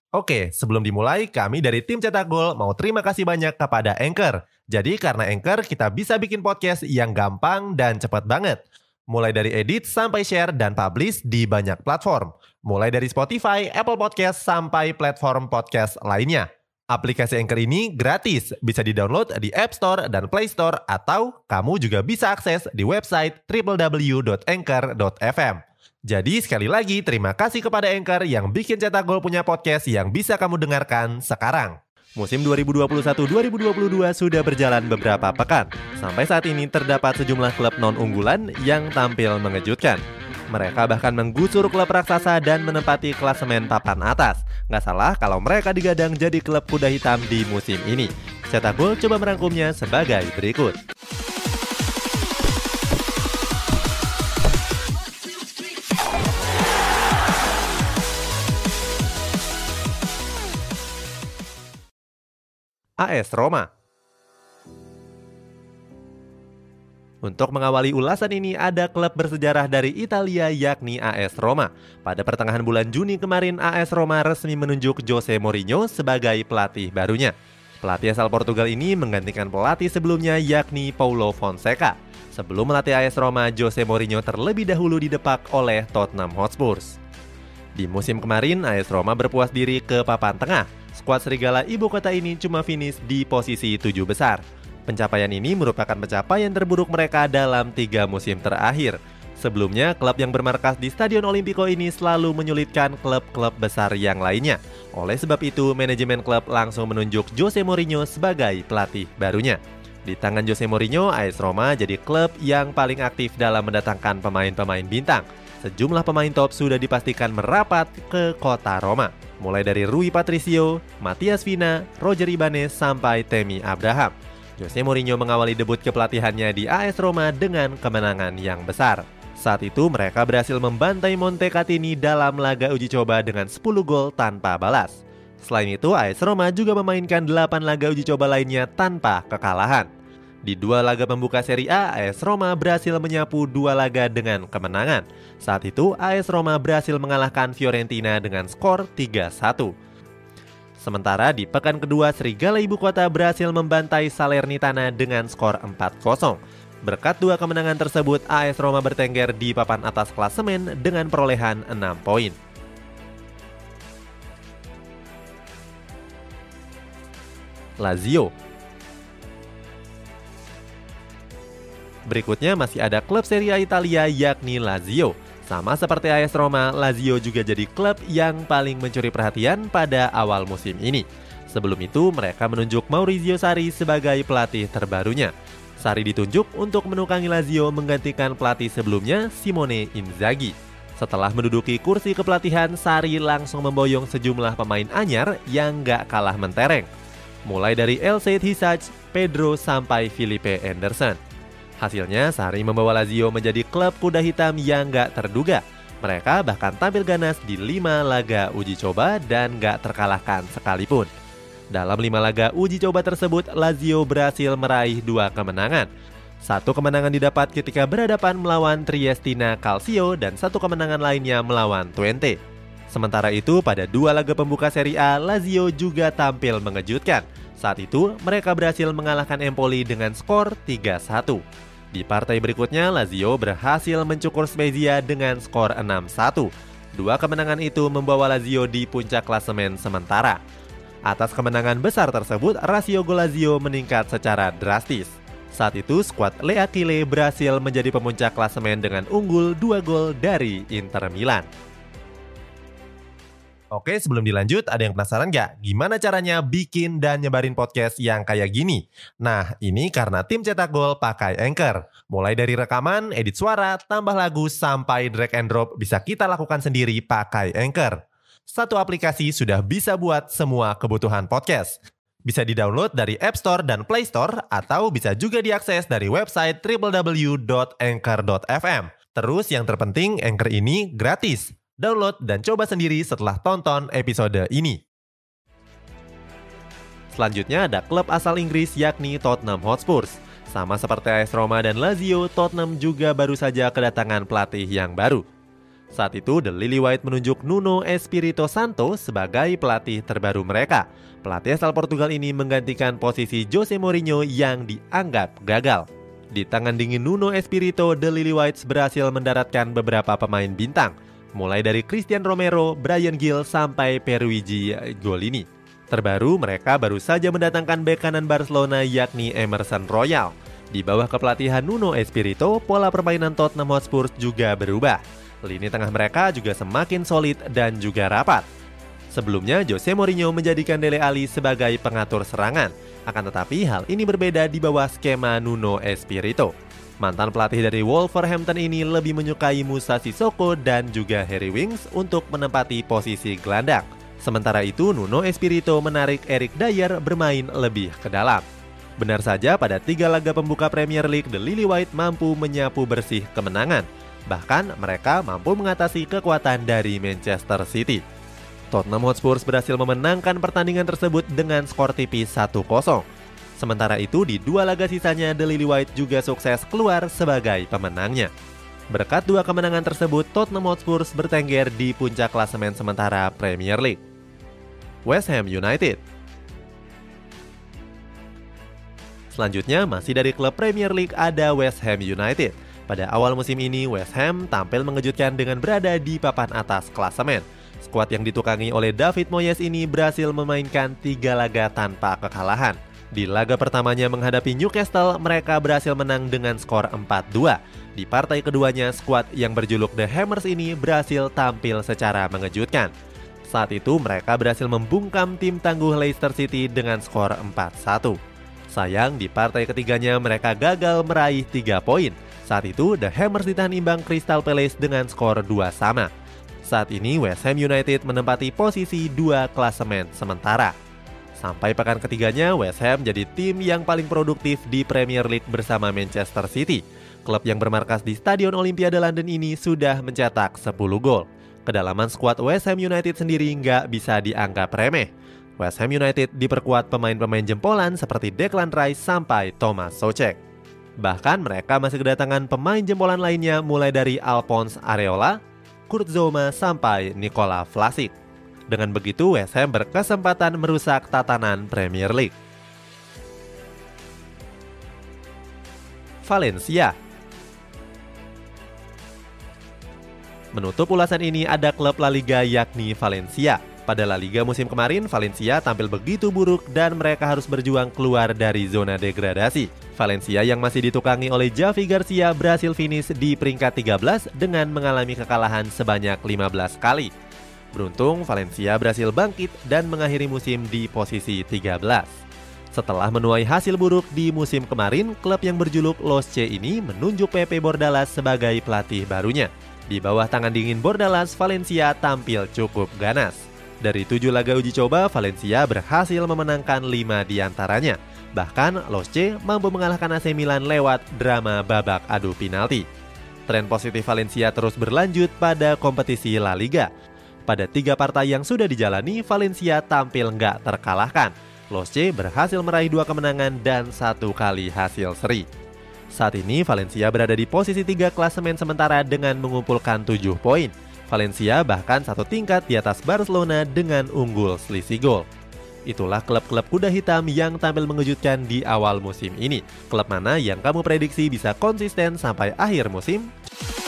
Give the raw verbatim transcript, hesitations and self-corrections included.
Oke, sebelum dimulai, kami dari tim Cetak Gol mau terima kasih banyak kepada Anchor. Jadi karena Anchor, kita bisa bikin podcast yang gampang dan cepat banget. Mulai dari edit sampai share dan publish di banyak platform. Mulai dari Spotify, Apple Podcast, sampai platform podcast lainnya. Aplikasi Anchor ini gratis, bisa di-download di App Store dan Play Store, atau kamu juga bisa akses di website w w w dot anchor dot f m. Jadi sekali lagi terima kasih kepada Anchor yang bikin Cetak Gol punya podcast yang bisa kamu dengarkan sekarang. Musim dua ribu dua puluh satu dua ribu dua puluh dua sudah berjalan beberapa pekan. Sampai saat ini terdapat sejumlah klub non-unggulan yang tampil mengejutkan. Mereka bahkan menggusur klub raksasa dan menempati klasemen papan atas. Nggak salah kalau mereka digadang jadi klub kuda hitam di musim ini. Cetak Gol coba merangkumnya sebagai berikut. A S Roma. Untuk mengawali ulasan ini ada klub bersejarah dari Italia yakni A S Roma. Pada pertengahan bulan Juni kemarin A S Roma resmi menunjuk Jose Mourinho sebagai pelatih barunya. Pelatih asal Portugal ini menggantikan pelatih sebelumnya yakni Paulo Fonseca. Sebelum melatih A S Roma, Jose Mourinho terlebih dahulu didepak oleh Tottenham Hotspur. Di musim kemarin A S Roma berpuas diri ke papan tengah. Skuad serigala ibu kota ini cuma finish di posisi tujuh besar. Pencapaian ini merupakan pencapaian terburuk mereka dalam tiga musim terakhir. Sebelumnya, klub yang bermarkas di Stadion Olimpico ini selalu menyulitkan klub-klub besar yang lainnya. Oleh sebab itu, manajemen klub langsung menunjuk Jose Mourinho sebagai pelatih barunya. Di tangan Jose Mourinho, A S Roma jadi klub yang paling aktif dalam mendatangkan pemain-pemain bintang. Sejumlah pemain top sudah dipastikan merapat ke kota Roma. Mulai dari Rui Patricio, Matias Vina, Roger Ibanez, sampai Tammy Abraham. Jose Mourinho mengawali debut kepelatihannya di A S Roma dengan kemenangan yang besar. Saat itu mereka berhasil membantai Montecatini dalam laga uji coba dengan sepuluh gol tanpa balas. Selain itu, A S Roma juga memainkan delapan laga uji coba lainnya tanpa kekalahan. Di dua laga pembuka Serie A, A S Roma berhasil menyapu dua laga dengan kemenangan. Saat itu, A S Roma berhasil mengalahkan Fiorentina dengan skor tiga satu. Sementara di pekan kedua, serigala ibu kota berhasil membantai Salernitana dengan skor empat kosong. Berkat dua kemenangan tersebut, A S Roma bertengger di papan atas klasemen dengan perolehan enam poin. Lazio. Berikutnya masih ada klub Serie A Italia yakni Lazio. Sama seperti A S Roma, Lazio juga jadi klub yang paling mencuri perhatian pada awal musim ini. Sebelum itu, mereka menunjuk Maurizio Sarri sebagai pelatih terbarunya. Sarri ditunjuk untuk menukangi Lazio menggantikan pelatih sebelumnya, Simone Inzaghi. Setelah menduduki kursi kepelatihan, Sarri langsung memboyong sejumlah pemain anyar yang gak kalah mentereng. Mulai dari El Said Hissaj, Pedro, sampai Filipe Anderson. Hasilnya, Sarri membawa Lazio menjadi klub kuda hitam yang gak terduga. Mereka bahkan tampil ganas di lima laga uji coba dan gak terkalahkan sekalipun. Dalam lima laga uji coba tersebut, Lazio berhasil meraih dua kemenangan. Satu kemenangan didapat ketika berhadapan melawan Triestina Calcio dan satu kemenangan lainnya melawan Twente. Sementara itu, pada dua laga pembuka Serie A, Lazio juga tampil mengejutkan. Saat itu, mereka berhasil mengalahkan Empoli dengan skor tiga satu. Di partai berikutnya, Lazio berhasil mencukur Spezia dengan skor enam satu. Dua kemenangan itu membawa Lazio di puncak klasemen sementara. Atas kemenangan besar tersebut, rasio gol Lazio meningkat secara drastis. Saat itu, skuad Le Aquile berhasil menjadi pemuncak klasemen dengan unggul dua gol dari Inter Milan. Oke, sebelum dilanjut, ada yang penasaran gak? Gimana caranya bikin dan nyebarin podcast yang kayak gini? Nah, ini karena tim Cetak Gol pakai Anchor. Mulai dari rekaman, edit suara, tambah lagu, sampai drag and drop bisa kita lakukan sendiri pakai Anchor. Satu aplikasi sudah bisa buat semua kebutuhan podcast. Bisa di-download dari App Store dan Play Store, atau bisa juga diakses dari website w w w dot anchor dot f m. Terus yang terpenting, Anchor ini gratis. Download dan coba sendiri setelah tonton episode ini. Selanjutnya ada klub asal Inggris yakni Tottenham Hotspur. Sama seperti A S Roma dan Lazio, Tottenham juga baru saja kedatangan pelatih yang baru. Saat itu, The Lily White menunjuk Nuno Espirito Santo sebagai pelatih terbaru mereka. Pelatih asal Portugal ini menggantikan posisi Jose Mourinho yang dianggap gagal. Di tangan dingin Nuno Espirito, The Lily Whites berhasil mendaratkan beberapa pemain bintang, mulai dari Christian Romero, Bryan Gil, sampai Pierluigi Golini. Terbaru, mereka baru saja mendatangkan bek kanan Barcelona yakni Emerson Royal. Di bawah kepelatihan Nuno Espirito, pola permainan Tottenham Hotspur juga berubah. Lini tengah mereka juga semakin solid dan juga rapat. Sebelumnya, Jose Mourinho menjadikan Dele Alli sebagai pengatur serangan. Akan tetapi, hal ini berbeda di bawah skema Nuno Espirito. Mantan pelatih dari Wolverhampton ini lebih menyukai Musa Sissoko dan juga Harry Winks untuk menempati posisi gelandang. Sementara itu, Nuno Espirito menarik Eric Dier bermain lebih ke dalam. Benar saja, pada tiga laga pembuka Premier League, The Lily White mampu menyapu bersih kemenangan. Bahkan mereka mampu mengatasi kekuatan dari Manchester City. Tottenham Hotspur berhasil memenangkan pertandingan tersebut dengan skor tipis satu kosong. Sementara itu di dua laga sisanya The Lily White juga sukses keluar sebagai pemenangnya. Berkat dua kemenangan tersebut, Tottenham Hotspur bertengger di puncak klasemen sementara Premier League. West Ham United. Selanjutnya masih dari klub Premier League ada West Ham United. Pada awal musim ini, West Ham tampil mengejutkan dengan berada di papan atas klasemen. Skuad yang ditukangi oleh David Moyes ini berhasil memainkan tiga laga tanpa kekalahan. Di laga pertamanya menghadapi Newcastle, mereka berhasil menang dengan skor empat dua. Di partai keduanya, skuad yang berjuluk The Hammers ini berhasil tampil secara mengejutkan. Saat itu, mereka berhasil membungkam tim tangguh Leicester City dengan skor empat satu. Sayang, di partai ketiganya mereka gagal meraih tiga poin. Saat itu, The Hammers ditahan imbang Crystal Palace dengan skor dua sama. Saat ini, West Ham United menempati posisi dua klasemen sementara. Sampai pekan ketiganya, West Ham jadi tim yang paling produktif di Premier League bersama Manchester City. Klub yang bermarkas di Stadion Olimpiade London ini sudah mencetak sepuluh gol. Kedalaman skuad West Ham United sendiri nggak bisa dianggap remeh. West Ham United diperkuat pemain-pemain jempolan seperti Declan Rice sampai Thomas Soucek. Bahkan mereka masih kedatangan pemain jempolan lainnya mulai dari Alphonse Areola, Kurt Zouma sampai Nikola Vlasic. Dengan begitu, West Ham berkesempatan merusak tatanan Premier League. Valencia. Menutup ulasan ini ada klub La Liga yakni Valencia. Pada La Liga musim kemarin, Valencia tampil begitu buruk dan mereka harus berjuang keluar dari zona degradasi. Valencia yang masih ditukangi oleh Javi Garcia berhasil finish di peringkat tiga belas dengan mengalami kekalahan sebanyak lima belas kali. Beruntung, Valencia berhasil bangkit dan mengakhiri musim di posisi tiga belas. Setelah menuai hasil buruk di musim kemarin, klub yang berjuluk Los C ini menunjuk Pepe Bordalas sebagai pelatih barunya. Di bawah tangan dingin Bordalas, Valencia tampil cukup ganas. Dari tujuh laga uji coba, Valencia berhasil memenangkan lima diantaranya. Bahkan, Los C mampu mengalahkan A C Milan lewat drama babak adu penalti. Tren positif Valencia terus berlanjut pada kompetisi La Liga. Pada tiga partai yang sudah dijalani, Valencia tampil nggak terkalahkan. Los C berhasil meraih dua kemenangan dan satu kali hasil seri. Saat ini, Valencia berada di posisi tiga klasemen sementara dengan mengumpulkan tujuh poin. Valencia bahkan satu tingkat di atas Barcelona dengan unggul selisih gol. Itulah klub-klub kuda hitam yang tampil mengejutkan di awal musim ini. Klub mana yang kamu prediksi bisa konsisten sampai akhir musim?